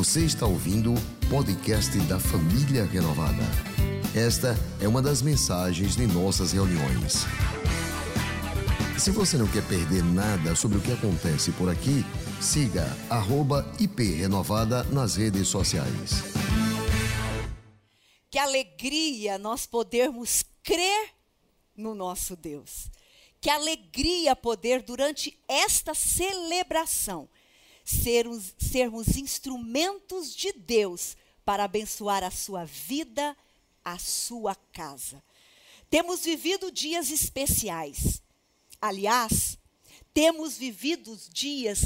Você está ouvindo o podcast da Família Renovada. Esta é uma das mensagens de nossas reuniões. Se você não quer perder nada sobre o que acontece por aqui, siga @IPRenovada nas redes sociais. Que alegria nós podermos crer no nosso Deus. Que alegria poder, durante esta celebração, sermos instrumentos de Deus para abençoar a sua vida, a sua casa. Temos vivido dias especiais. Aliás, temos vivido dias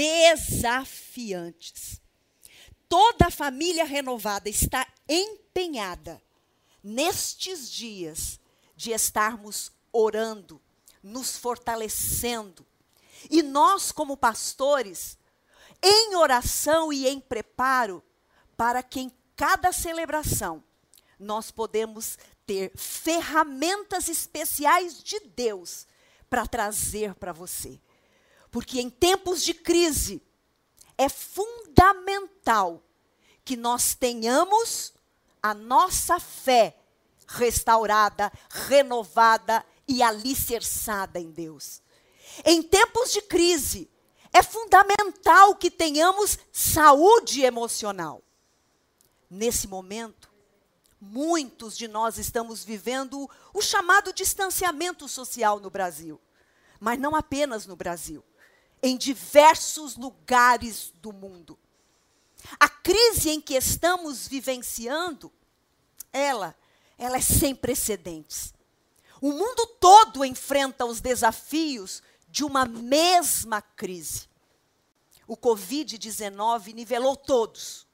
desafiantes. Toda a família renovada está empenhada nestes dias de estarmos orando, nos fortalecendo. E nós, como pastores, em oração e em preparo, para que em cada celebração nós podemos ter ferramentas especiais de Deus para trazer para você. Porque em tempos de crise, é fundamental que nós tenhamos a nossa fé restaurada, renovada e alicerçada em Deus. Em tempos de crise, é fundamental que tenhamos saúde emocional. Nesse momento, muitos de nós estamos vivendo o chamado distanciamento social no Brasil. Mas não apenas no Brasil, em diversos lugares do mundo. A crise em que estamos vivenciando, ela é sem precedentes. O mundo todo enfrenta os desafios de uma mesma crise. O Covid-19 nivelou todos,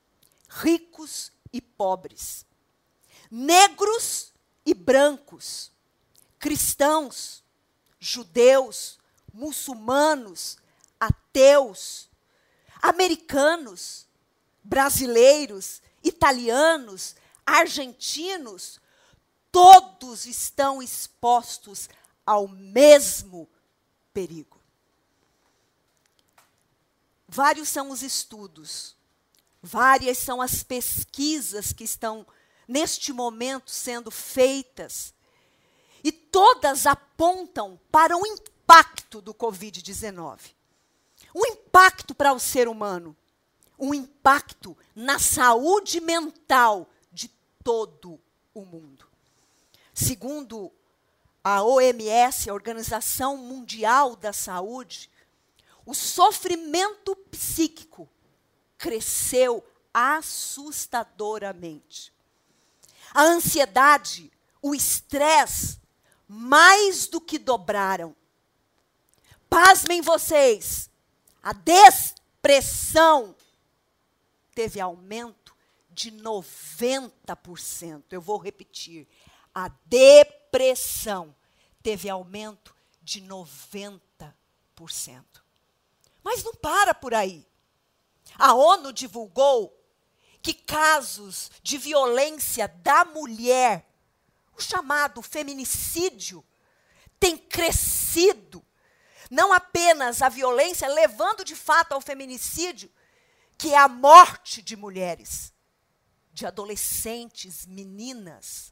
ricos e pobres, negros e brancos, cristãos, judeus, muçulmanos, ateus, americanos, brasileiros, italianos, argentinos, todos estão expostos ao mesmo perigo. Vários são os estudos, várias são as pesquisas que estão neste momento sendo feitas, e todas apontam para o impacto do Covid-19. Um impacto para o ser humano, um impacto na saúde mental de todo o mundo. Segundo a OMS, a Organização Mundial da Saúde, o sofrimento psíquico cresceu assustadoramente. A ansiedade, o estresse, mais do que dobraram. Pasmem vocês, a depressão teve aumento de 90%. Eu vou repetir. A depressão teve aumento de 90%. Mas não para por aí. A ONU divulgou que casos de violência da mulher, o chamado feminicídio, tem crescido. Não apenas a violência, levando de fato ao feminicídio, que é a morte de mulheres, de adolescentes, meninas.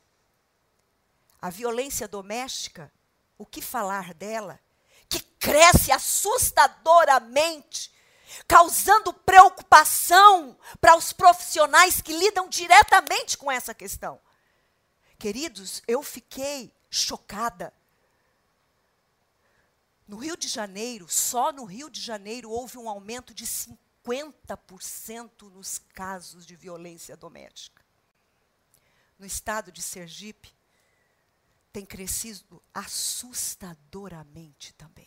A violência doméstica, o que falar dela? Que cresce assustadoramente, causando preocupação para os profissionais que lidam diretamente com essa questão. Queridos, eu fiquei chocada. No Rio de Janeiro, só no Rio de Janeiro, houve um aumento de 50% nos casos de violência doméstica. No estado de Sergipe, tem crescido assustadoramente também.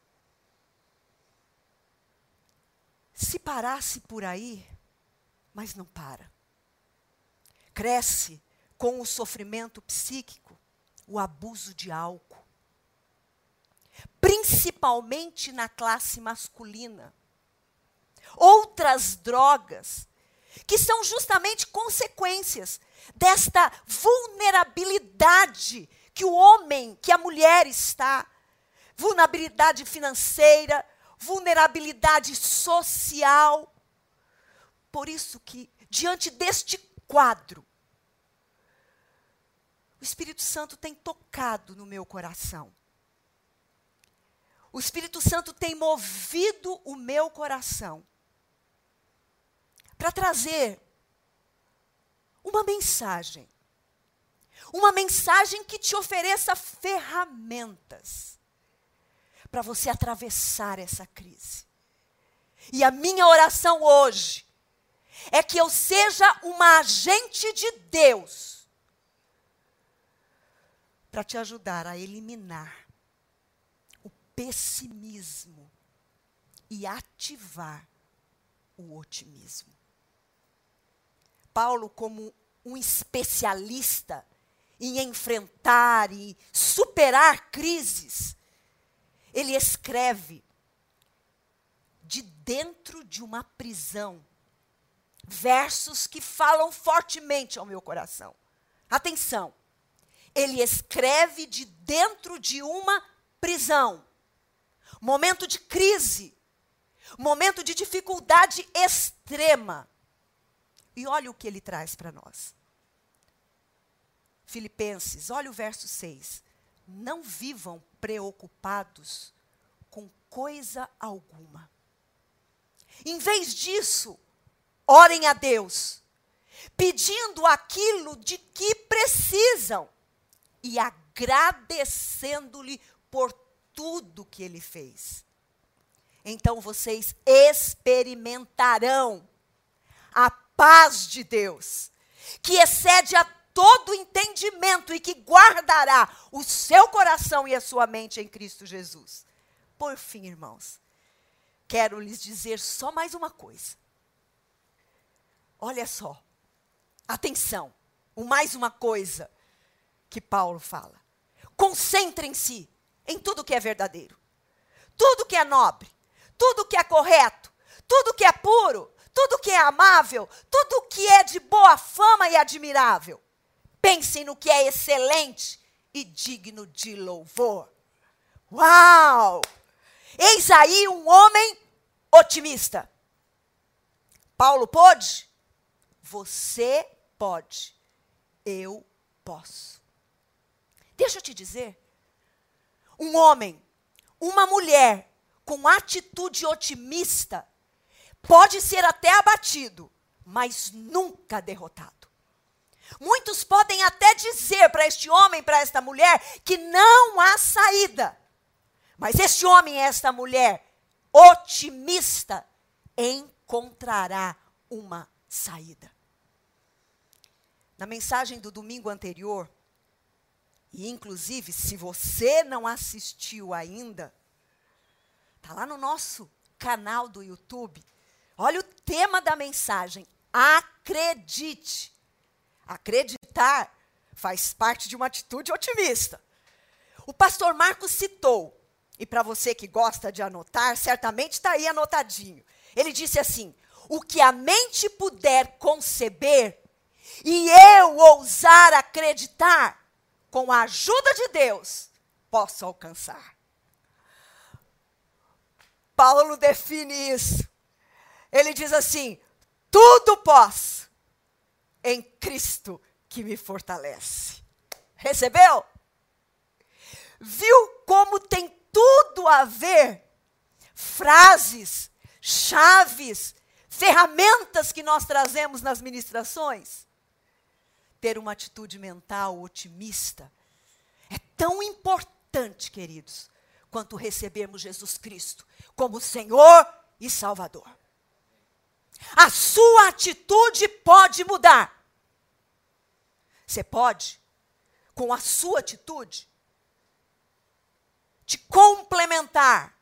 Se parasse por aí, mas não para. Cresce com o sofrimento psíquico, o abuso de álcool. Principalmente na classe masculina. Outras drogas, que são justamente consequências desta vulnerabilidade que o homem, que a mulher está. Vulnerabilidade financeira, vulnerabilidade social. Por isso que, diante deste quadro, o Espírito Santo tem tocado no meu coração. O Espírito Santo tem movido o meu coração para trazer uma mensagem que te ofereça ferramentas para você atravessar essa crise. E a minha oração hoje é que eu seja uma agente de Deus para te ajudar a eliminar o pessimismo e ativar o otimismo. Paulo, como um especialista em enfrentar e superar crises, ele escreve de dentro de uma prisão versos que falam fortemente ao meu coração. Atenção, ele escreve de dentro de uma prisão, momento de crise, momento de dificuldade extrema. E olha o que ele traz para nós. Filipenses, olha o verso 6. Não vivam preocupados com coisa alguma. Em vez disso, orem a Deus, pedindo aquilo de que precisam e agradecendo-lhe por tudo que ele fez. Então vocês experimentarão a paz de Deus, que excede a todo entendimento e que guardará o seu coração e a sua mente em Cristo Jesus. Por fim, irmãos, quero lhes dizer só mais uma coisa. Olha só, atenção, mais uma coisa que Paulo fala. Concentrem-se em tudo que é verdadeiro, tudo que é nobre, tudo que é correto, tudo que é puro, tudo que é amável, tudo que é de boa fama e admirável. Pensem no que é excelente e digno de louvor. Uau! Eis aí um homem otimista. Paulo pôde? Você pode. Eu posso. Deixa eu te dizer. Um homem, uma mulher com atitude otimista pode ser até abatido, mas nunca derrotado. Muitos podem até dizer para este homem, para esta mulher, que não há saída. Mas este homem e esta mulher otimista encontrará uma saída. Na mensagem do domingo anterior, e inclusive se você não assistiu ainda, está lá no nosso canal do YouTube. Olha o tema da mensagem, acredite. Acreditar faz parte de uma atitude otimista. O pastor Marcos citou, e para você que gosta de anotar, certamente está aí anotadinho. Ele disse assim, o que a mente puder conceber, e eu ousar acreditar, com a ajuda de Deus, posso alcançar. Paulo define isso. Ele diz assim, tudo posso em Cristo que me fortalece. Recebeu? Viu como tem tudo a ver? Frases, chaves, ferramentas que nós trazemos nas ministrações. Ter uma atitude mental otimista é tão importante, queridos, quanto recebermos Jesus Cristo como Senhor e Salvador. A sua atitude pode mudar. Você pode, com a sua atitude, te complementar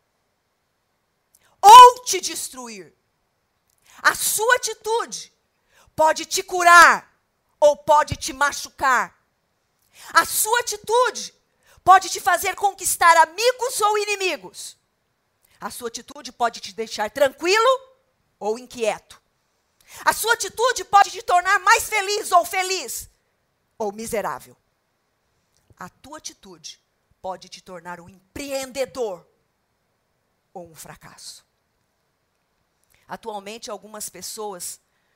ou te destruir. A sua atitude pode te curar ou pode te machucar. A sua atitude pode te fazer conquistar amigos ou inimigos. A sua atitude pode te deixar tranquilo ou inquieto. A sua atitude pode te tornar mais feliz ou miserável. A tua atitude pode te tornar um empreendedor ou um fracasso. Atualmente, algumas pessoas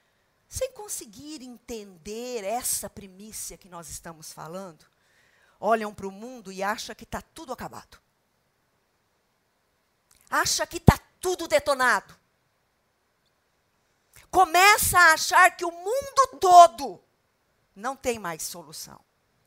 sem conseguir entender essa primícia que nós estamos falando, olham para o mundo e acham que está tudo acabado. Acha que está tudo detonado. Começa a achar que o mundo todo não tem mais solução.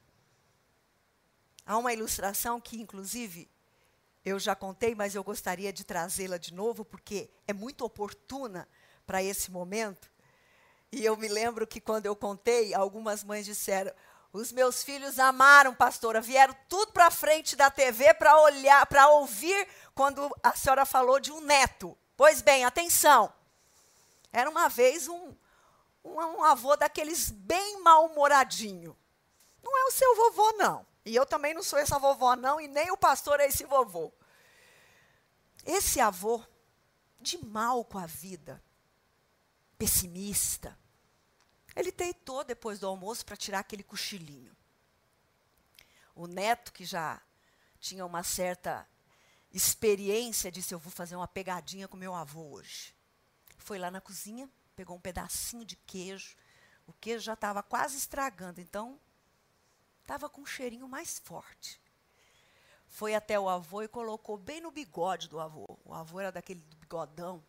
Há uma ilustração que, inclusive, eu já contei, mas eu gostaria de trazê-la de novo, porque é muito oportuna para esse momento. E eu me lembro que quando eu contei, algumas mães disseram: os meus filhos amaram, pastora, vieram tudo para frente da TV para olhar, para ouvir quando a senhora falou de um neto. Pois bem, atenção. Era uma vez um avô daqueles bem mal-humoradinho. Não é o seu vovô, não. E eu também não sou essa vovó, não, e nem o pastor é esse vovô. Esse avô, de mal com a vida, pessimista, ele deitou depois do almoço para tirar aquele cochilinho. O neto, que já tinha uma certa experiência, disse: eu vou fazer uma pegadinha com meu avô hoje. Foi lá na cozinha, pegou um pedacinho de queijo. O queijo já estava quase estragando, então estava com um cheirinho mais forte. Foi até o avô e colocou bem no bigode do avô. O avô era daquele bigodão.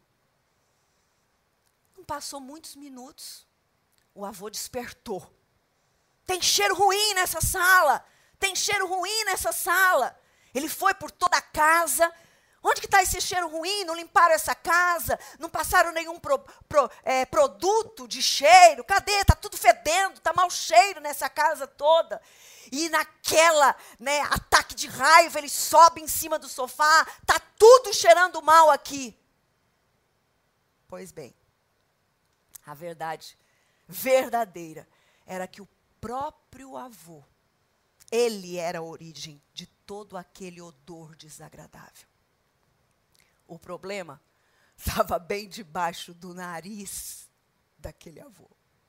Não passou muitos minutos, o avô despertou. Tem cheiro ruim nessa sala! Tem cheiro ruim nessa sala! Ele foi por toda a casa. Onde que está esse cheiro ruim? Não limparam essa casa? Não passaram nenhum produto de cheiro? Cadê? Está tudo fedendo, está mau cheiro nessa casa toda. E naquela, ataque de raiva, ele sobe em cima do sofá. Está tudo cheirando mal aqui. Pois bem, a verdade verdadeira era que o próprio avô, ele era a origem de todo aquele odor desagradável. O problema estava bem debaixo do nariz daquele avô.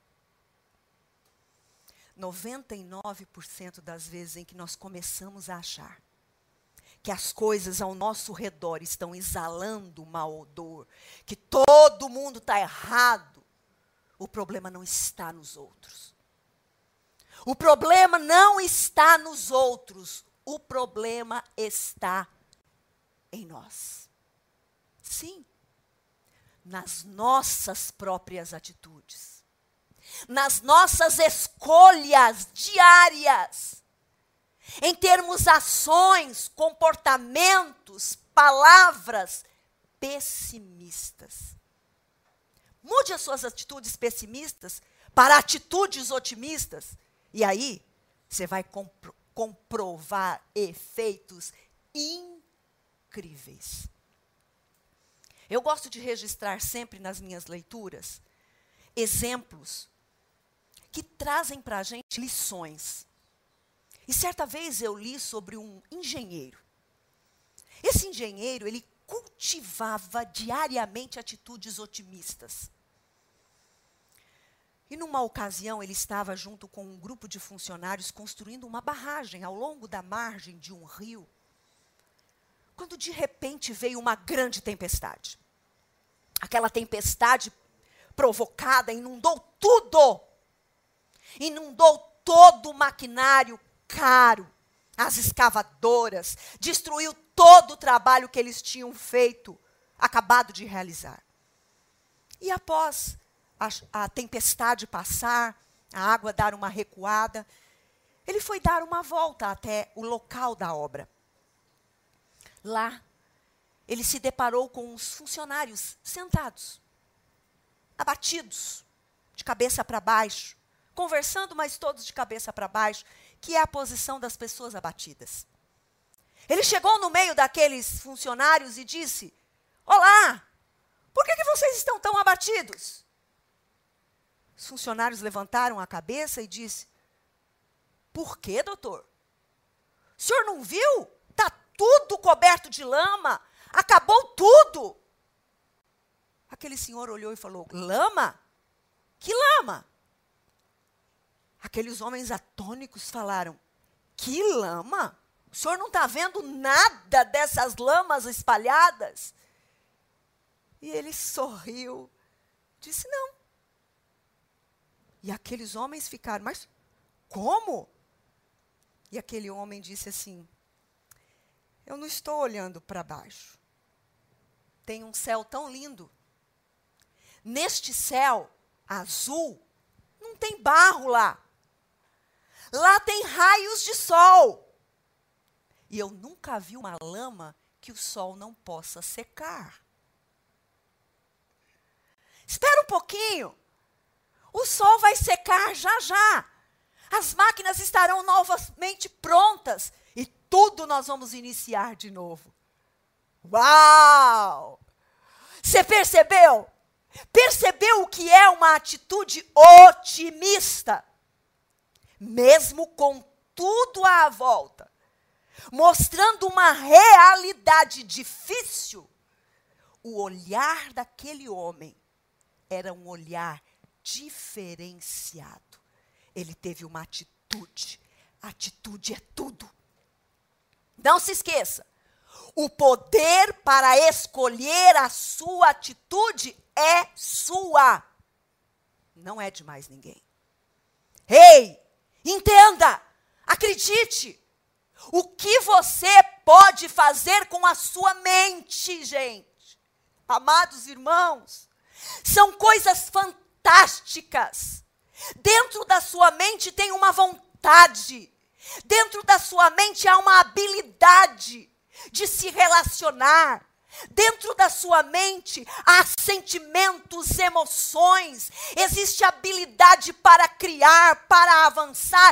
99% das vezes em que nós começamos a achar que as coisas ao nosso redor estão exalando mau odor, que todo mundo está errado, o problema não está nos outros. O problema não está nos outros, o problema está em nós. Sim, nas nossas próprias atitudes, nas nossas escolhas diárias, em termos ações, comportamentos, palavras pessimistas. Mude as suas atitudes pessimistas para atitudes otimistas, e aí você vai comprovar efeitos incríveis. Eu gosto de registrar sempre nas minhas leituras exemplos que trazem para a gente lições. E certa vez eu li sobre um engenheiro. Esse engenheiro, ele cultivava diariamente atitudes otimistas. E numa ocasião ele estava junto com um grupo de funcionários construindo uma barragem ao longo da margem de um rio, quando de repente veio uma grande tempestade. Aquela tempestade provocada inundou tudo. Inundou todo o maquinário caro, as escavadoras, destruiu todo o trabalho que eles tinham feito, acabado de realizar. E após a tempestade passar, a água dar uma recuada, ele foi dar uma volta até o local da obra. Lá, ele se deparou com os funcionários sentados, abatidos, de cabeça para baixo, conversando, mas todos de cabeça para baixo, que é a posição das pessoas abatidas. Ele chegou no meio daqueles funcionários e disse: olá, por que vocês estão tão abatidos? Os funcionários levantaram a cabeça e disse: por quê, doutor? O senhor não viu? Está tudo coberto de lama, acabou tudo. Aquele senhor olhou e falou: lama? Que lama? Aqueles homens atônicos falaram: que lama? O senhor não está vendo nada dessas lamas espalhadas? E ele sorriu, disse: não, E aqueles homens ficaram, mas como? E aquele homem disse assim, eu não estou olhando para baixo. Tem um céu tão lindo. Neste céu azul, não tem barro lá. Lá tem raios de sol. E eu nunca vi uma lama que o sol não possa secar. Espera um pouquinho. O sol vai secar já já. As máquinas estarão novamente prontas. E tudo nós vamos iniciar de novo. Uau! Você percebeu? Percebeu o que é uma atitude otimista? Mesmo com tudo à volta, mostrando uma realidade difícil, o olhar daquele homem era um olhar diferenciado. Ele teve uma atitude. Atitude é tudo. Não se esqueça. O poder para escolher a sua atitude é sua. Não é de mais ninguém. Ei, entenda, acredite. O que você pode fazer com a sua mente, gente? Amados irmãos, são coisas fantásticas. Dentro da sua mente tem uma vontade. Dentro da sua mente há uma habilidade de se relacionar. Dentro da sua mente há sentimentos, emoções. Existe habilidade para criar, para avançar,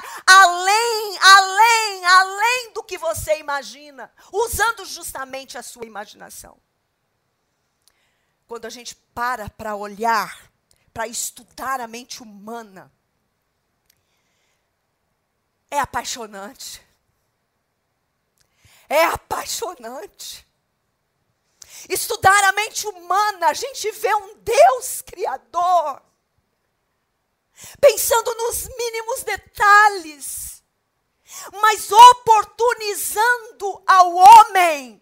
além do que você imagina, usando justamente a sua imaginação. Quando a gente para olhar, para estudar a mente humana, é apaixonante. É apaixonante. Estudar a mente humana, a gente vê um Deus criador, pensando nos mínimos detalhes, mas oportunizando ao homem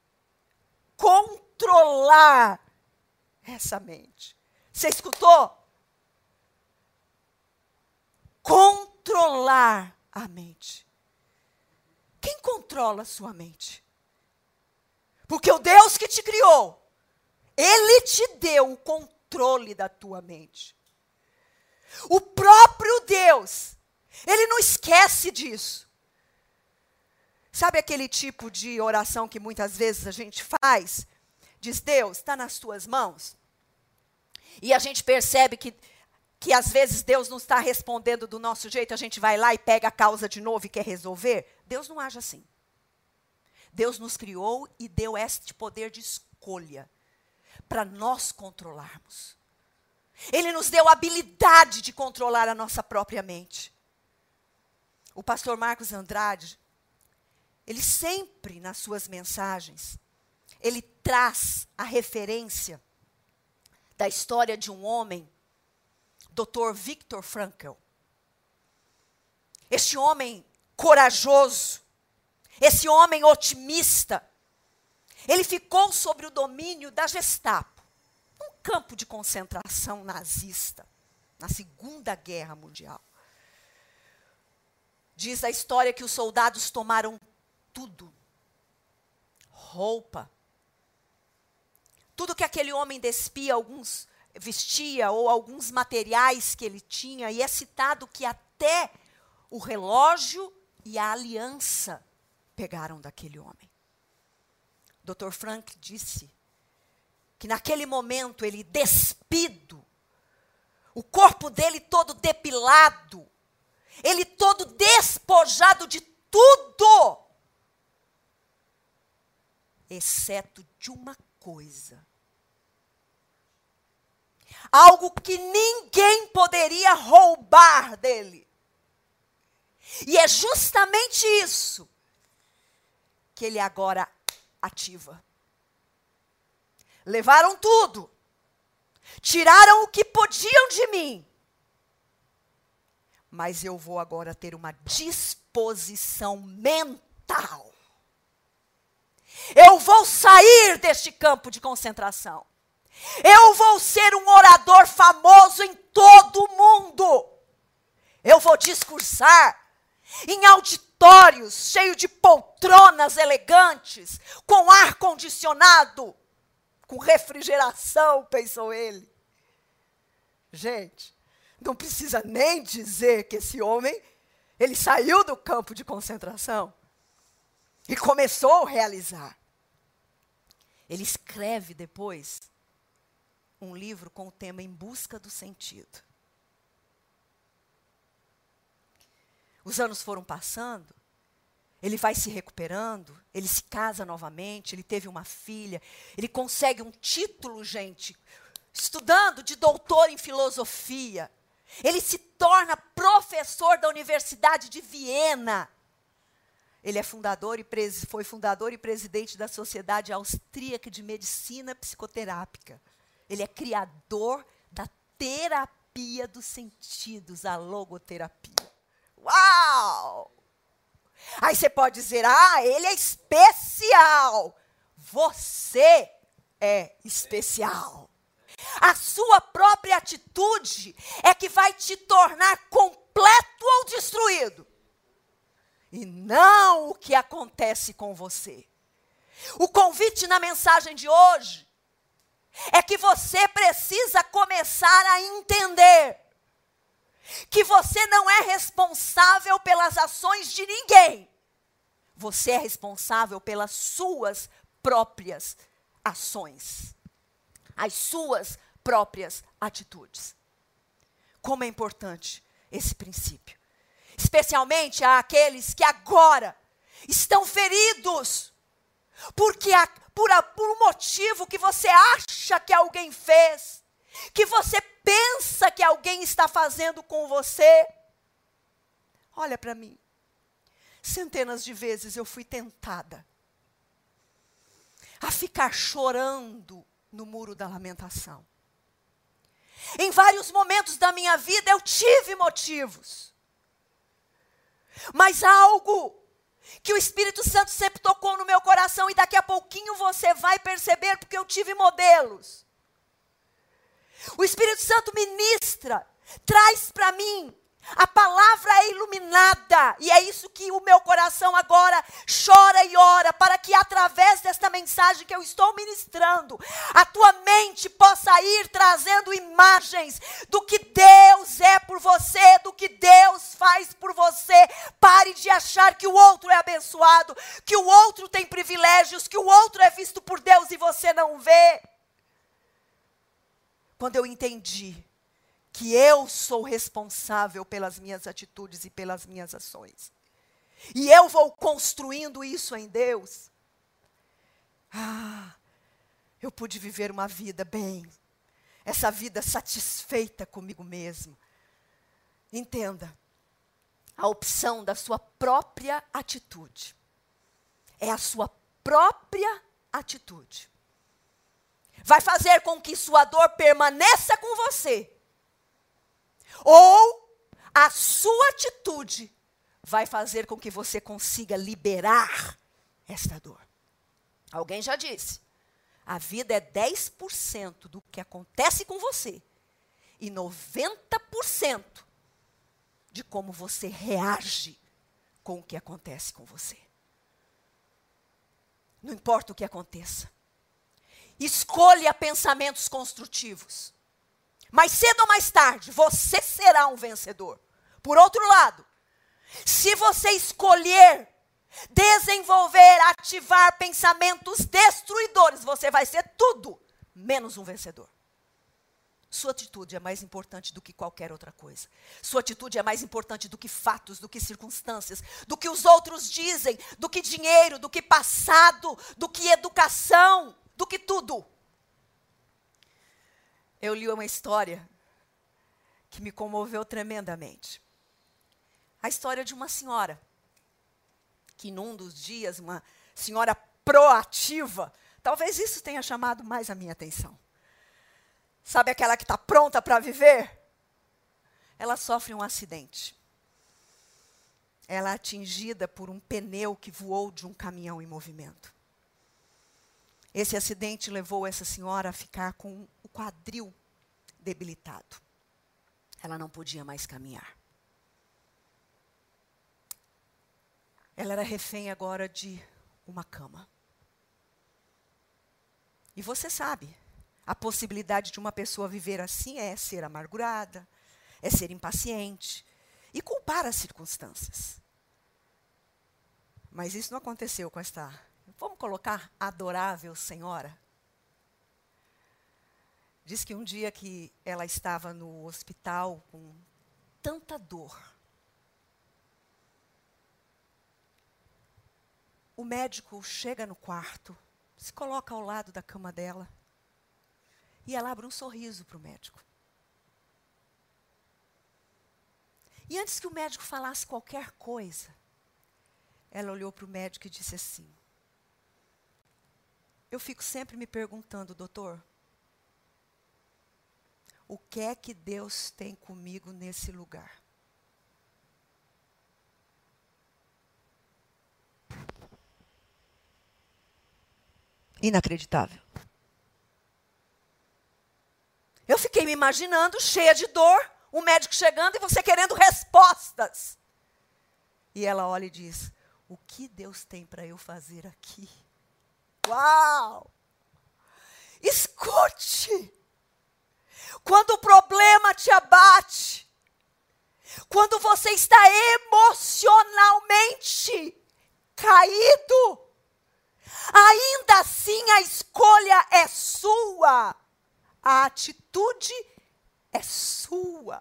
controlar essa mente. Você escutou? Controlar a mente. Quem controla a sua mente? Porque o Deus que te criou, Ele te deu o controle da tua mente. O próprio Deus, Ele não esquece disso. Sabe aquele tipo de oração que muitas vezes a gente faz? Diz, Deus, está nas tuas mãos. E a gente percebe que às vezes Deus não está respondendo do nosso jeito, a gente vai lá e pega a causa de novo e quer resolver. Deus não age assim. Deus nos criou e deu este poder de escolha para nós controlarmos. Ele nos deu a habilidade de controlar a nossa própria mente. O pastor Marcos Andrade, ele sempre nas suas mensagens, ele traz a referência da história de um homem, Dr. Viktor Frankl. Este homem corajoso, esse homem otimista, ele ficou sob o domínio da Gestapo, um campo de concentração nazista, na Segunda Guerra Mundial. Diz a história que os soldados tomaram tudo, roupa, tudo que aquele homem despia, alguns vestia, ou alguns materiais que ele tinha, e é citado que até o relógio e a aliança pegaram daquele homem. Dr. Frank disse que naquele momento ele despido, o corpo dele todo depilado, ele todo despojado de tudo, exceto de uma coisa. Algo que ninguém poderia roubar dele. E é justamente isso que ele agora ativa. Levaram tudo. Tiraram o que podiam de mim. Mas eu vou agora ter uma disposição mental. Eu vou sair deste campo de concentração. Eu vou ser um orador famoso em todo o mundo. discursar em auditórios cheios de poltronas elegantes, com ar-condicionado, com refrigeração, pensou ele. Gente, não precisa nem dizer que esse homem, ele saiu do campo de concentração e começou a realizar. Ele escreve depois um livro com o tema Em Busca do Sentido. Os anos foram passando, ele vai se recuperando, ele se casa novamente, ele teve uma filha, ele consegue um título, gente, estudando de doutor em filosofia. Ele se torna professor da Universidade de Viena. Ele é foi fundador e presidente da Sociedade Austríaca de Medicina Psicoterápica. Ele é criador da terapia dos sentidos, a logoterapia. Uau! Aí você pode dizer, ele é especial. Você é especial. A sua própria atitude é que vai te tornar completo ou destruído. E não o que acontece com você. O convite na mensagem de hoje é que você precisa começar a entender que você não é responsável pelas ações de ninguém. Você é responsável pelas suas próprias ações. As suas próprias atitudes. Como é importante esse princípio. Especialmente àqueles que agora estão feridos. Porque por um motivo que você acha que alguém fez. Que você pensa que alguém está fazendo com você. Olha para mim. Centenas de vezes eu fui tentada a ficar chorando no muro da lamentação. Em vários momentos da minha vida eu tive motivos. Mas algo que o Espírito Santo sempre tocou no meu coração e daqui a pouquinho você vai perceber porque eu tive modelos. O Espírito Santo ministra, traz para mim, a palavra é iluminada, e é isso que o meu coração agora chora e ora, para que através desta mensagem que eu estou ministrando, a tua mente possa ir trazendo imagens do que Deus é por você, do que Deus faz por você. Pare de achar que o outro é abençoado, que o outro tem privilégios, que o outro é visto por Deus e você não vê. Quando eu entendi que eu sou responsável pelas minhas atitudes e pelas minhas ações, e eu vou construindo isso em Deus, eu pude viver uma vida bem, essa vida satisfeita comigo mesmo. Entenda, a opção da sua própria atitude, é a sua própria atitude. Vai fazer com que sua dor permaneça com você. Ou a sua atitude vai fazer com que você consiga liberar esta dor. Alguém já disse, a vida é 10% do que acontece com você e 90% de como você reage com o que acontece com você. Não importa o que aconteça. Escolha pensamentos construtivos. Mais cedo ou mais tarde, você será um vencedor. Por outro lado, se você escolher desenvolver, ativar pensamentos destruidores, você vai ser tudo menos um vencedor. Sua atitude é mais importante do que qualquer outra coisa. Sua atitude é mais importante do que fatos, do que circunstâncias, do que os outros dizem, do que dinheiro, do que passado, do que educação, do que tudo. Eu li uma história que me comoveu tremendamente. A história de uma senhora, que num dos dias, uma senhora proativa, talvez isso tenha chamado mais a minha atenção. Sabe aquela que está pronta para viver? Ela sofre um acidente. Ela é atingida por um pneu que voou de um caminhão em movimento. Esse acidente levou essa senhora a ficar com o quadril debilitado. Ela não podia mais caminhar. Ela era refém agora de uma cama. E você sabe, a possibilidade de uma pessoa viver assim é ser amargurada, é ser impaciente e culpar as circunstâncias. Mas isso não aconteceu com esta, vamos colocar, adorável senhora. Diz que um dia que ela estava no hospital com tanta dor, o médico chega no quarto, se coloca ao lado da cama dela e ela abre um sorriso para o médico. E antes que o médico falasse qualquer coisa, ela olhou para o médico e disse assim: eu fico sempre me perguntando, doutor, o que é que Deus tem comigo nesse lugar? Inacreditável. Eu fiquei me imaginando cheia de dor, o médico chegando e você querendo respostas. E ela olha e diz: o que Deus tem para eu fazer aqui? Uau! Escute! Quando o problema te abate, quando você está emocionalmente caído, ainda assim a escolha é sua, a atitude é sua.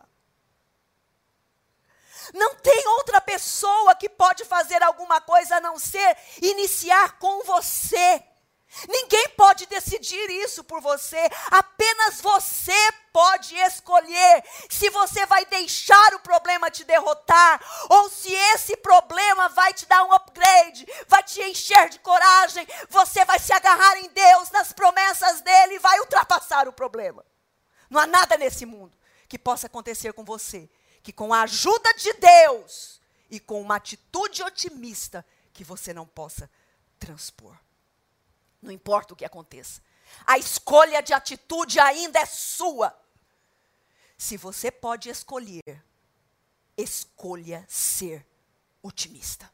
Não tem outra pessoa que pode fazer alguma coisa a não ser iniciar com você. Ninguém pode decidir isso por você, apenas você pode escolher se você vai deixar o problema te derrotar, ou se esse problema vai te dar um upgrade, vai te encher de coragem, você vai se agarrar em Deus, nas promessas dele e vai ultrapassar o problema. Não há nada nesse mundo que possa acontecer com você, que com a ajuda de Deus e com uma atitude otimista, que você não possa transpor. Não importa o que aconteça. A escolha de atitude ainda é sua. Se você pode escolher, escolha ser otimista.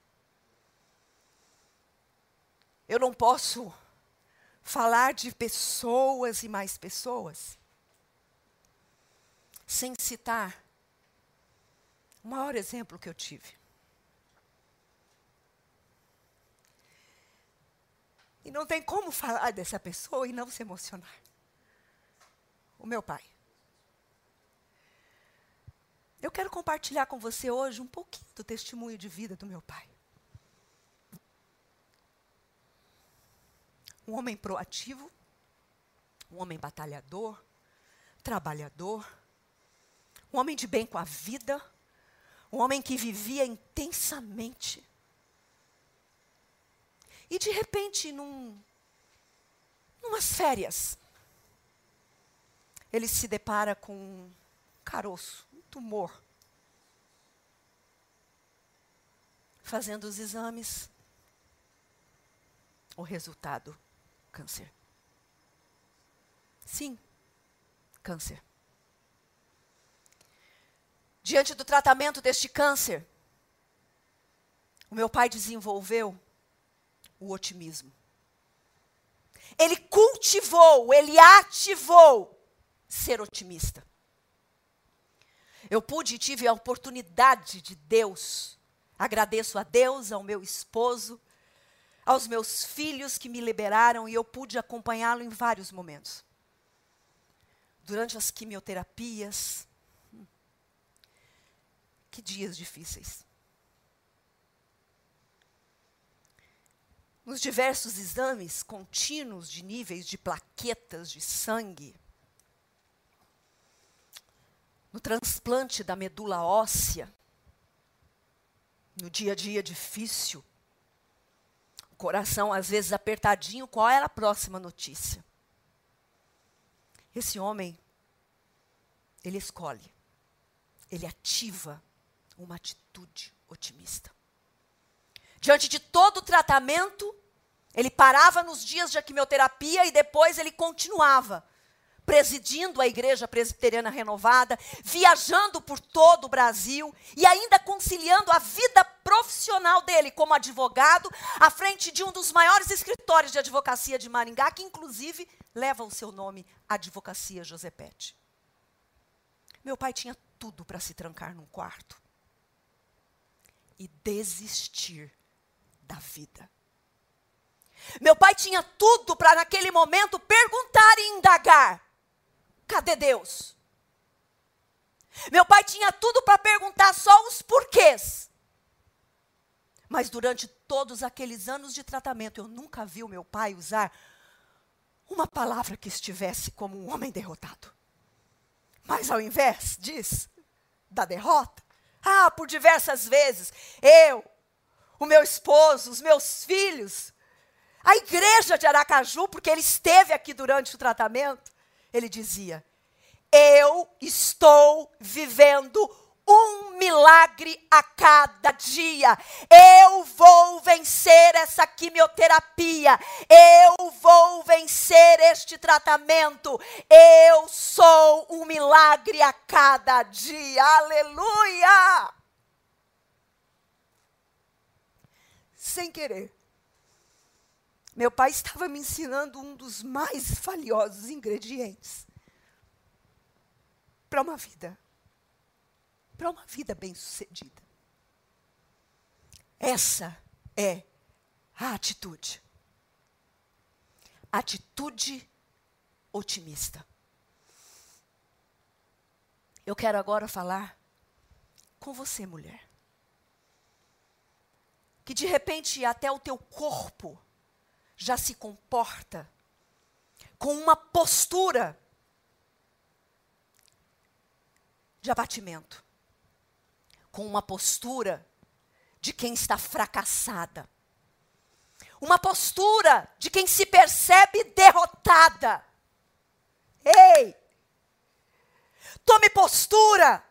Eu não posso falar de pessoas e mais pessoas sem citar o maior exemplo que eu tive. E não tem como falar dessa pessoa e não se emocionar. O meu pai. Eu quero compartilhar com você hoje um pouquinho do testemunho de vida do meu pai. Um homem proativo, um homem batalhador, trabalhador, um homem de bem com a vida, um homem que vivia intensamente. E de repente, numas férias, ele se depara com um caroço, um tumor. Fazendo os exames, o resultado, câncer. Sim, câncer. Diante do tratamento deste câncer, o meu pai desenvolveu o otimismo. Ele cultivou, ele ativou ser otimista. Eu pude e tive a oportunidade de Deus. Agradeço a Deus, ao meu esposo, aos meus filhos que me liberaram e eu pude acompanhá-lo em vários momentos. Durante as quimioterapias. Que dias difíceis. Nos diversos exames contínuos de níveis de plaquetas de sangue, no transplante da medula óssea, no dia a dia difícil, o coração às vezes apertadinho, qual era a próxima notícia? Esse homem, ele escolhe, ele ativa uma atitude otimista. Diante de todo o tratamento, ele parava nos dias de quimioterapia e depois ele continuava. presidindo a Igreja Presbiteriana Renovada, viajando por todo o Brasil e ainda conciliando a vida profissional dele como advogado à frente de um dos maiores escritórios de advocacia de Maringá, que inclusive leva o seu nome, Advocacia Josepete. Meu pai tinha tudo para se trancar num quarto e desistir da vida. Meu pai tinha tudo para, naquele momento, perguntar e indagar: cadê Deus? Meu pai tinha tudo para perguntar só os porquês. Mas durante todos aqueles anos de tratamento, eu nunca vi o meu pai usar uma palavra que estivesse como um homem derrotado. Mas ao invés disso, da derrota, por diversas vezes, eu, o meu esposo, os meus filhos, a igreja de Aracaju, porque ele esteve aqui durante o tratamento, ele dizia: eu estou vivendo um milagre a cada dia. Eu vou vencer essa quimioterapia. Eu vou vencer este tratamento. Eu sou um milagre a cada dia. Aleluia! Sem querer, meu pai estava me ensinando um dos mais valiosos ingredientes para uma vida bem-sucedida. Essa é a atitude. Atitude otimista. Eu quero agora falar com você, mulher, que de repente até o teu corpo já se comporta com uma postura de abatimento, com uma postura de quem está fracassada, uma postura de quem se percebe derrotada. Ei! Tome postura.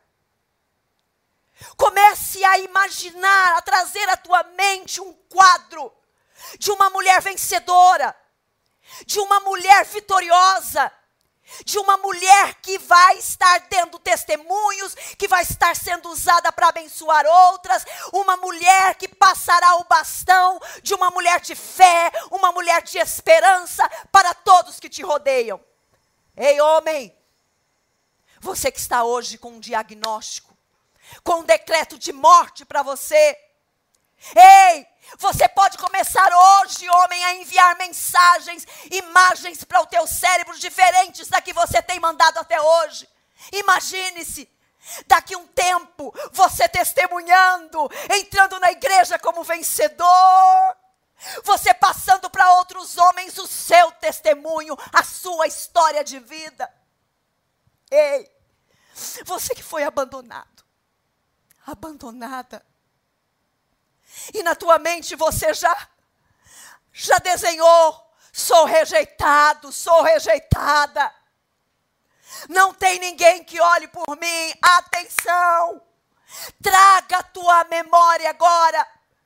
Comece a imaginar, a trazer à tua mente um quadro de uma mulher vencedora, de uma mulher vitoriosa, de uma mulher que vai estar dando testemunhos, que vai estar sendo usada para abençoar outras, uma mulher que passará o bastão, de uma mulher de fé, uma mulher de esperança para todos que te rodeiam. Ei, homem, você que está hoje com um diagnóstico, com um decreto de morte para você, ei, você pode começar hoje, homem, a enviar mensagens, imagens para o teu cérebro diferentes da que você tem mandado até hoje. Imagine-se, daqui um tempo, você testemunhando, entrando na igreja como vencedor, você passando para outros homens o seu testemunho, a sua história de vida. Ei, você que foi abandonado, abandonada, e na tua mente você já desenhou: sou rejeitado, sou rejeitada. Não tem ninguém que olhe por mim. Atenção! Traga à tua memória agora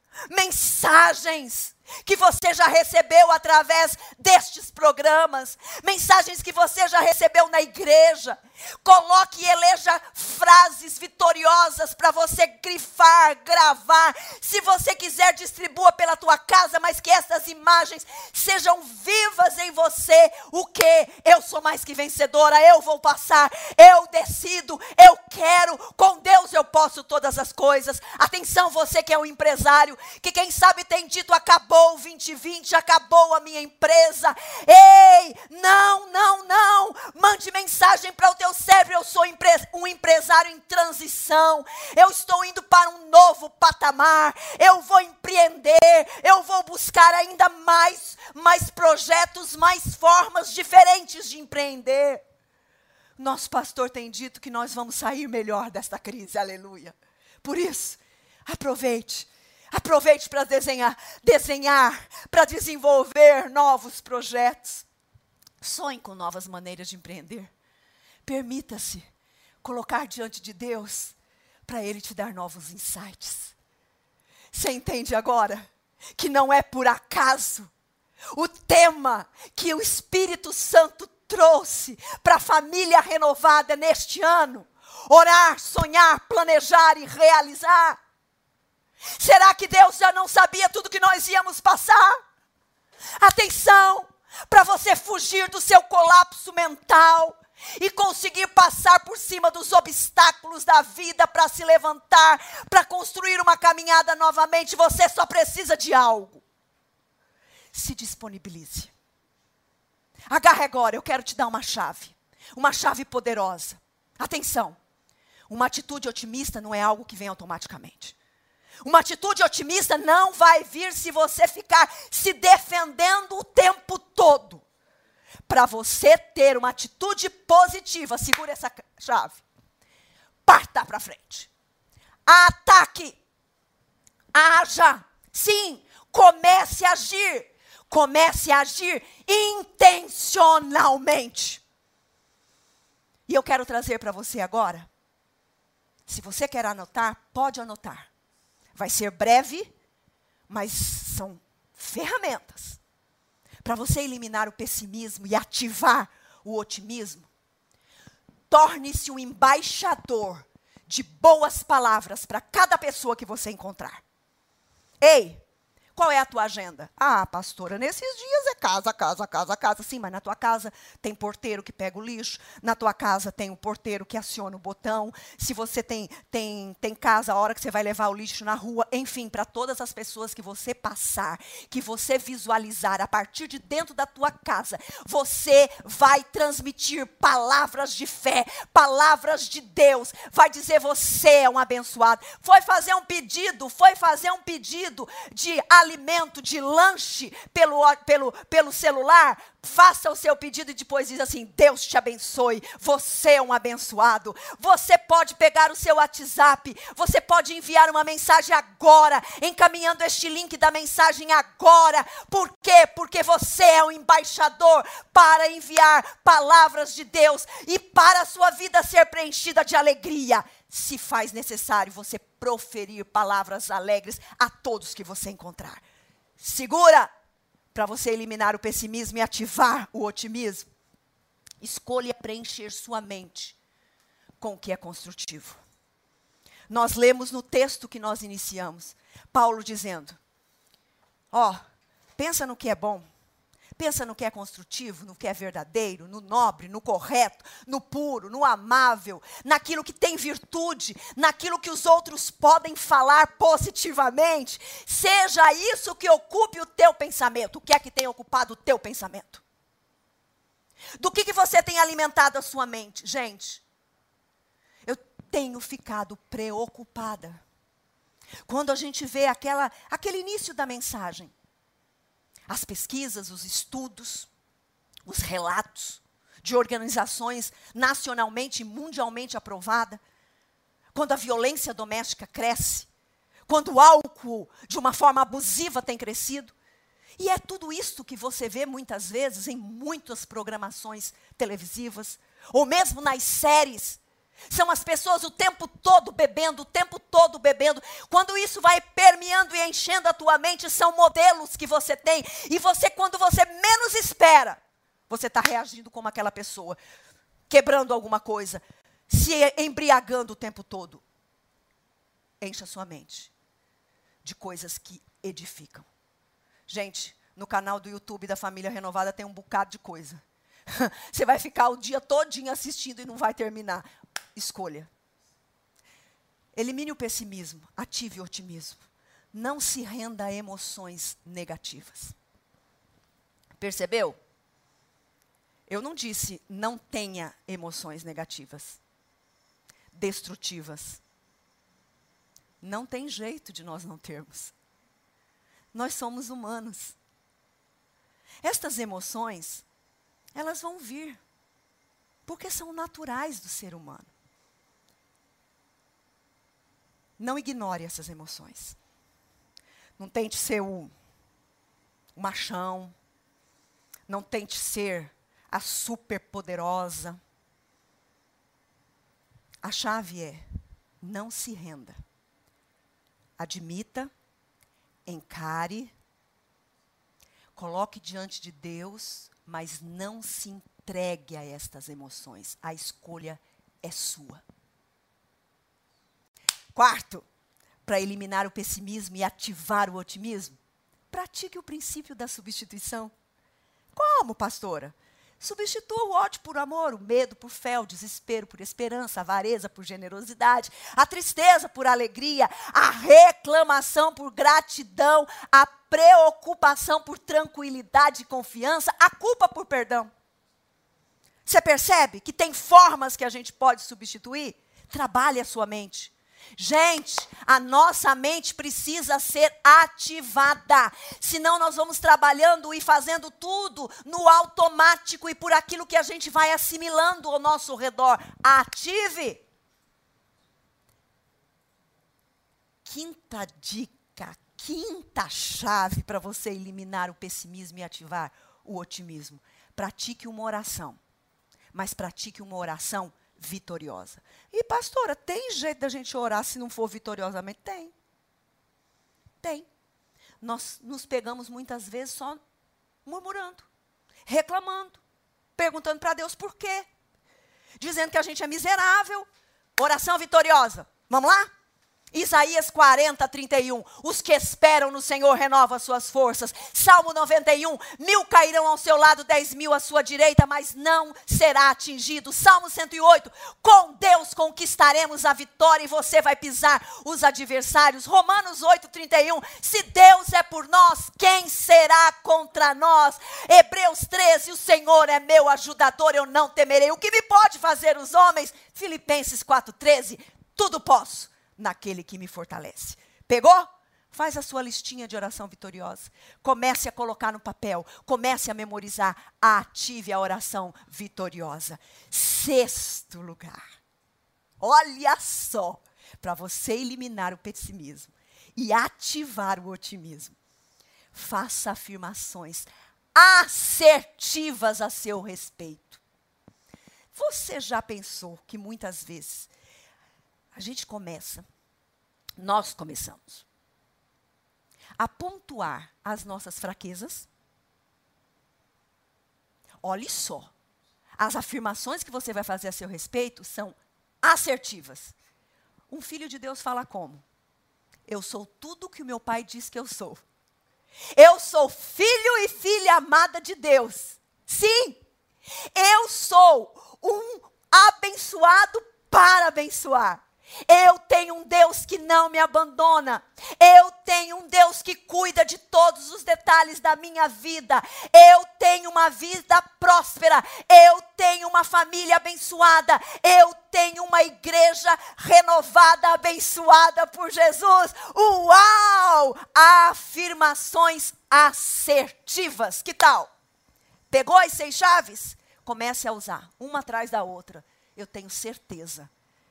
mensagens que você já recebeu através destes programas, mensagens que você já recebeu na igreja. Coloque e eleja frases vitoriosas para você grifar, gravar. Se você quiser, distribua pela tua casa, mas que essas imagens sejam vivas em você. O quê? Eu sou mais que vencedora, eu vou passar, eu decido, eu quero, com Deus eu posso todas as coisas. Atenção, você que é um empresário, que quem sabe tem dito: acabou o 2020, acabou a minha empresa. Ei, não, mande mensagem para o teu cérebro: eu sou um empresário em transição, eu estou indo para um novo patamar, eu vou empreender, eu vou buscar ainda mais projetos, mais formas diferentes de empreender. Nosso pastor tem dito que nós vamos sair melhor desta crise, aleluia. Por isso, aproveite para desenhar, para desenvolver novos projetos. Sonhe com novas maneiras de empreender. Permita-se colocar diante de Deus para Ele te dar novos insights. Você entende agora que não é por acaso o tema que o Espírito Santo trouxe para a família renovada neste ano? Orar, sonhar, planejar e realizar? Será que Deus já não sabia tudo que nós íamos passar? Atenção, para você fugir do seu colapso mental e conseguir passar por cima dos obstáculos da vida para se levantar, para construir uma caminhada novamente, você só precisa de algo. Se disponibilize. Agarre agora, eu quero te dar uma chave poderosa. Atenção, uma atitude otimista não é algo que vem automaticamente. Uma atitude otimista não vai vir se você ficar se defendendo o tempo todo. Para você ter uma atitude positiva, segura essa chave. Parta para frente. Ataque. Haja. Sim, comece a agir. Comece a agir intencionalmente. E eu quero trazer para você agora, se você quer anotar, pode anotar. Vai ser breve, mas são ferramentas para você eliminar o pessimismo e ativar o otimismo. Torne-se um embaixador de boas palavras para cada pessoa que você encontrar. Ei, qual é a tua agenda? Ah, pastora, nesses dias é casa. Sim, mas na tua casa tem porteiro que pega o lixo, na tua casa tem o porteiro que aciona o botão, se você tem casa, a hora que você vai levar o lixo na rua, enfim, para todas as pessoas que você passar, que você visualizar a partir de dentro da tua casa, você vai transmitir palavras de fé, palavras de Deus, vai dizer você é um abençoado. Foi fazer um pedido de alimento, de lanche pelo celular, faça o seu pedido e depois diz assim, Deus te abençoe, você é um abençoado. Você pode pegar o seu WhatsApp, você pode enviar uma mensagem agora, encaminhando este link da mensagem agora. Por quê? Porque você é um embaixador para enviar palavras de Deus e para a sua vida ser preenchida de alegria. Se faz necessário você proferir palavras alegres a todos que você encontrar. Segura para você eliminar o pessimismo e ativar o otimismo. Escolha preencher sua mente com o que é construtivo. Nós lemos no texto que nós iniciamos, Paulo dizendo, pensa no que é bom. Pensa no que é construtivo, no que é verdadeiro, no nobre, no correto, no puro, no amável, naquilo que tem virtude, naquilo que os outros podem falar positivamente. Seja isso que ocupe o teu pensamento. O que é que tem ocupado o teu pensamento? Do que você tem alimentado a sua mente? Gente, eu tenho ficado preocupada. Quando a gente vê aquele início da mensagem, as pesquisas, os estudos, os relatos de organizações nacionalmente e mundialmente aprovadas, quando a violência doméstica cresce, quando o álcool de uma forma abusiva tem crescido, e é tudo isso que você vê muitas vezes em muitas programações televisivas, ou mesmo nas séries. São as pessoas o tempo todo bebendo. Quando isso vai permeando e enchendo a tua mente, são modelos que você tem. E você, quando você menos espera, você está reagindo como aquela pessoa. Quebrando alguma coisa. Se embriagando o tempo todo. Encha a sua mente de coisas que edificam. Gente, no canal do YouTube da Família Renovada tem um bocado de coisa. Você vai ficar o dia todinho assistindo e não vai terminar. Escolha. Elimine o pessimismo, ative o otimismo. Não se renda a emoções negativas. Percebeu? Eu não disse não tenha emoções negativas, destrutivas. Não tem jeito de nós não termos. Nós somos humanos. Estas emoções, elas vão vir, porque são naturais do ser humano. Não ignore essas emoções. Não tente ser o machão. Não tente ser a superpoderosa. A chave é, não se renda. Admita, encare, coloque diante de Deus, mas não se entregue a estas emoções. A escolha é sua. Quarto, para eliminar o pessimismo e ativar o otimismo, pratique o princípio da substituição. Como, pastora? Substitua o ódio por amor, o medo por fé, o desespero por esperança, a avareza por generosidade, a tristeza por alegria, a reclamação por gratidão, a preocupação por tranquilidade e confiança, a culpa por perdão. Você percebe que tem formas que a gente pode substituir? Trabalhe a sua mente. Gente, a nossa mente precisa ser ativada. Senão nós vamos trabalhando e fazendo tudo no automático e por aquilo que a gente vai assimilando ao nosso redor. Ative. Quinta dica, quinta chave para você eliminar o pessimismo e ativar o otimismo. Pratique uma oração, mas pratique uma oração vitoriosa. E pastora, tem jeito da gente orar se não for vitoriosamente? Tem. Tem. Nós nos pegamos muitas vezes só murmurando, reclamando, perguntando para Deus por quê. Dizendo que a gente é miserável. Oração vitoriosa. Vamos lá? Isaías 40, 31. Os que esperam no Senhor renovam as suas forças. Salmo 91. 1000 cairão ao seu lado, 10.000 à sua direita, mas não será atingido. Salmo 108. Com Deus conquistaremos a vitória e você vai pisar os adversários. Romanos 8, 31. Se Deus é por nós, quem será contra nós? Hebreus 13. O Senhor é meu ajudador, eu não temerei. O que me pode fazer os homens? Filipenses 4, 13. Tudo posso naquele que me fortalece. Pegou? Faz a sua listinha de oração vitoriosa. Comece a colocar no papel. Comece a memorizar. Ative a oração vitoriosa. Sexto lugar. Olha só. Para você eliminar o pessimismo e ativar o otimismo. Faça afirmações assertivas a seu respeito. Você já pensou que muitas vezes nós começamos a pontuar as nossas fraquezas? Olhe só, as afirmações que você vai fazer a seu respeito são assertivas. Um filho de Deus fala como? Eu sou tudo que o meu pai diz que eu sou. Eu sou filho e filha amada de Deus. Sim, eu sou um abençoado para abençoar. Eu tenho um Deus que não me abandona. Eu tenho um Deus que cuida de todos os detalhes da minha vida. Eu tenho uma vida próspera. Eu tenho uma família abençoada. Eu tenho uma igreja renovada, abençoada por Jesus. Uau! Afirmações assertivas. Que tal? Pegou as 6 chaves? Comece a usar, uma atrás da outra. Eu tenho certeza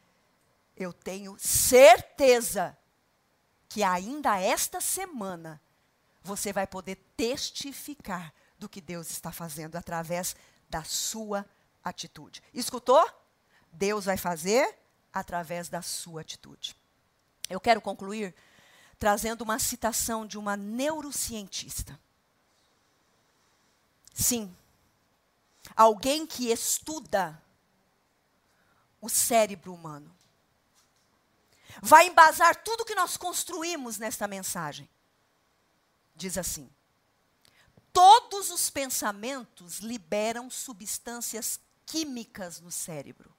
que ainda esta semana você vai poder testificar do que Deus está fazendo através da sua atitude. Escutou? Deus vai fazer através da sua atitude. Eu quero concluir trazendo uma citação de uma neurocientista. Sim, alguém que estuda o cérebro humano. Vai embasar tudo que nós construímos nesta mensagem. Diz assim: todos os pensamentos liberam substâncias químicas no cérebro.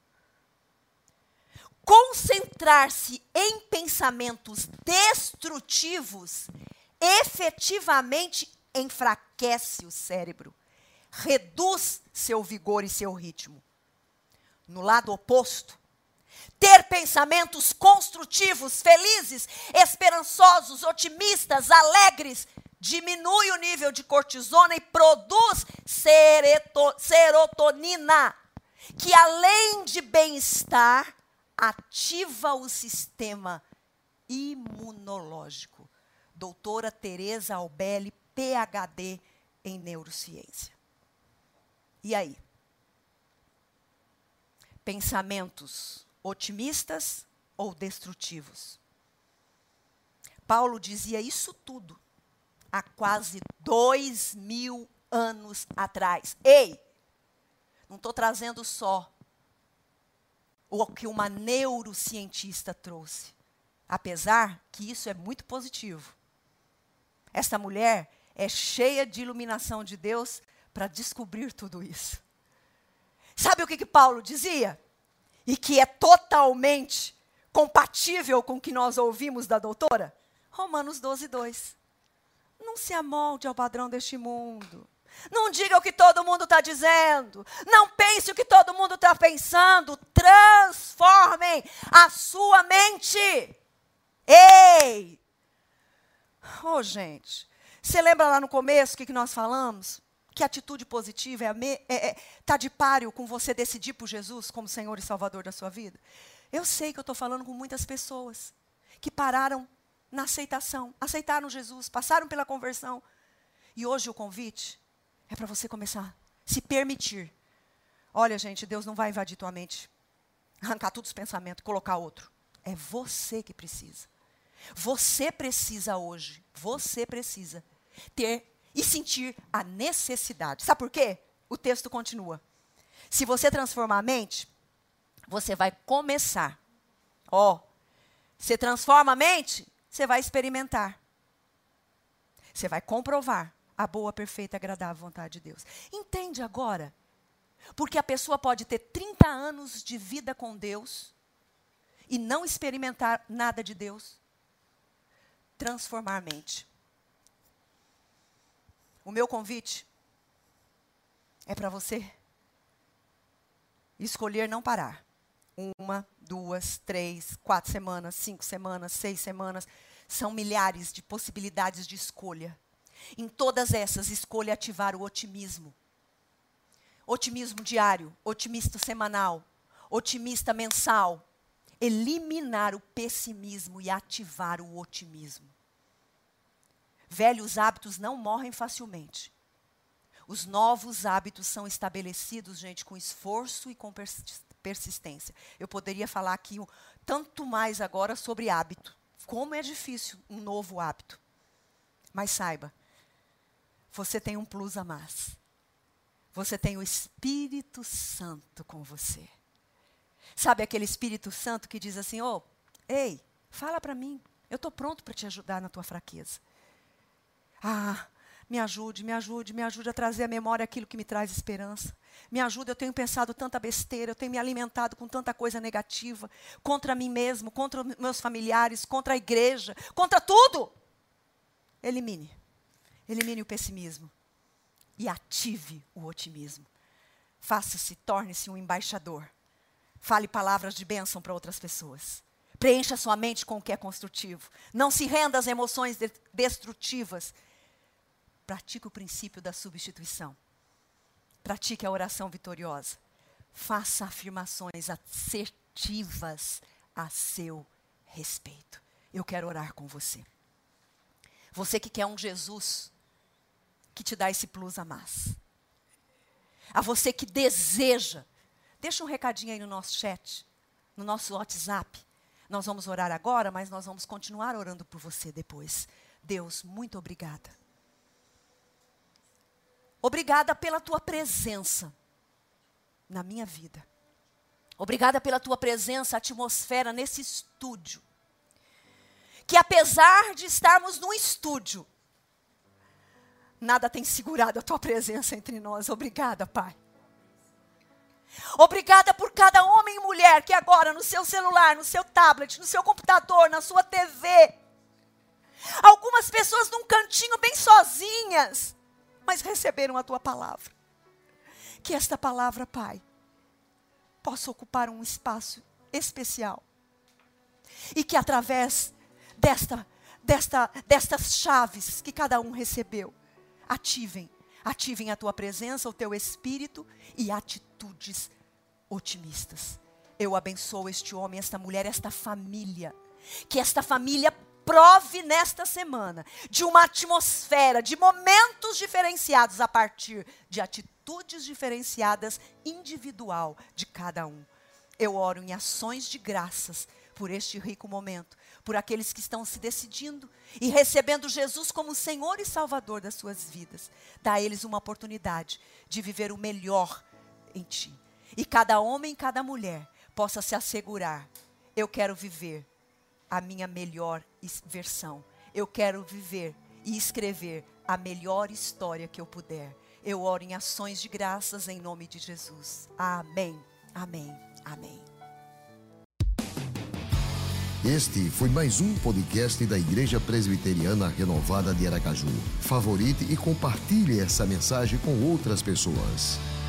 Concentrar-se em pensamentos destrutivos efetivamente enfraquece o cérebro, reduz seu vigor e seu ritmo. No lado oposto, ter pensamentos construtivos, felizes, esperançosos, otimistas, alegres, diminui o nível de cortisona e produz serotonina, que além de bem-estar, ativa o sistema imunológico. Doutora Teresa Albelli, PhD em neurociência. E aí? Pensamentos otimistas ou destrutivos? Paulo dizia isso tudo há quase 2000 anos atrás. Ei, Não estou trazendo só o que uma neurocientista trouxe. Apesar que isso é muito positivo. Esta mulher é cheia de iluminação de Deus para descobrir tudo isso. Sabe o que Paulo dizia? E que é totalmente compatível com o que nós ouvimos da doutora? Romanos 12:2. Não se amolde ao padrão deste mundo. Não diga o que todo mundo está dizendo. Não pense o que todo mundo está pensando. Transformem a sua mente. Ei! Oh, gente. Você lembra lá no começo o que nós falamos? Que atitude positiva está de páreo com você decidir por Jesus como Senhor e Salvador da sua vida? Eu sei que eu estou falando com muitas pessoas que pararam na aceitação, aceitaram Jesus, passaram pela conversão. E hoje o convite é para você começar a se permitir. Olha, gente, Deus não vai invadir tua mente, arrancar todos os pensamentos, colocar outro. É você que precisa. Você precisa hoje, você precisa ter e sentir a necessidade. Sabe por quê? O texto continua. Se você transformar a mente, você vai começar. Você transforma a mente, você vai experimentar. Você vai comprovar a boa, perfeita e agradável vontade de Deus. Entende agora? Porque a pessoa pode ter 30 anos de vida com Deus e não experimentar nada de Deus. Transformar a mente. O meu convite é para você escolher não parar. 1, 2, 3, 4 semanas, 5 semanas, 6 semanas. São milhares de possibilidades de escolha. Em todas essas, escolha ativar o otimismo. Otimismo diário, otimista semanal, otimista mensal. Eliminar o pessimismo e ativar o otimismo. Velhos hábitos não morrem facilmente. Os novos hábitos são estabelecidos, gente, com esforço e com persistência. Eu poderia falar aqui tanto mais agora sobre hábito. Como é difícil um novo hábito. Mas saiba, você tem um plus a mais. Você tem o Espírito Santo com você. Sabe aquele Espírito Santo que diz assim, ei, fala para mim. Eu estou pronto para te ajudar na tua fraqueza. Me ajude a trazer à memória aquilo que me traz esperança. Me ajuda, eu tenho pensado tanta besteira, eu tenho me alimentado com tanta coisa negativa, contra mim mesmo, contra meus familiares, contra a igreja, contra tudo. Elimine o pessimismo e ative o otimismo. Torne-se um embaixador. Fale palavras de bênção para outras pessoas. Preencha sua mente com o que é construtivo. Não se renda às emoções destrutivas. Pratique o princípio da substituição. Pratique a oração vitoriosa. Faça afirmações assertivas a seu respeito. Eu quero orar com você. Você que quer um Jesus que te dá esse plus a mais. A você que deseja. Deixa um recadinho aí no nosso chat, no nosso WhatsApp. Nós vamos orar agora, mas nós vamos continuar orando por você depois. Deus, muito obrigada. Obrigada pela tua presença na minha vida. Obrigada pela tua presença, atmosfera nesse estúdio. Que apesar de estarmos num estúdio, nada tem segurado a tua presença entre nós. Obrigada, Pai. Obrigada por cada homem e mulher que agora no seu celular, no seu tablet, no seu computador, na sua TV. Algumas pessoas num cantinho bem sozinhas, mas receberam a tua palavra. Que esta palavra, Pai, possa ocupar um espaço especial. E que através destas chaves que cada um recebeu, ativem a tua presença, o teu espírito e atitudes otimistas. Eu abençoo este homem, esta mulher, esta família. Que esta família prove nesta semana de uma atmosfera, de momentos diferenciados a partir de atitudes diferenciadas individual de cada um. Eu oro em ações de graças por este rico momento, por aqueles que estão se decidindo e recebendo Jesus como Senhor e Salvador das suas vidas. Dá a eles uma oportunidade de viver o melhor em ti. E cada homem e cada mulher possa se assegurar: eu quero viver a minha melhor versão. Eu quero viver e escrever a melhor história que eu puder. Eu oro em ações de graças em nome de Jesus. Amém, amém, amém. Este foi mais um podcast da Igreja Presbiteriana Renovada de Aracaju. Favorite e compartilhe essa mensagem com outras pessoas.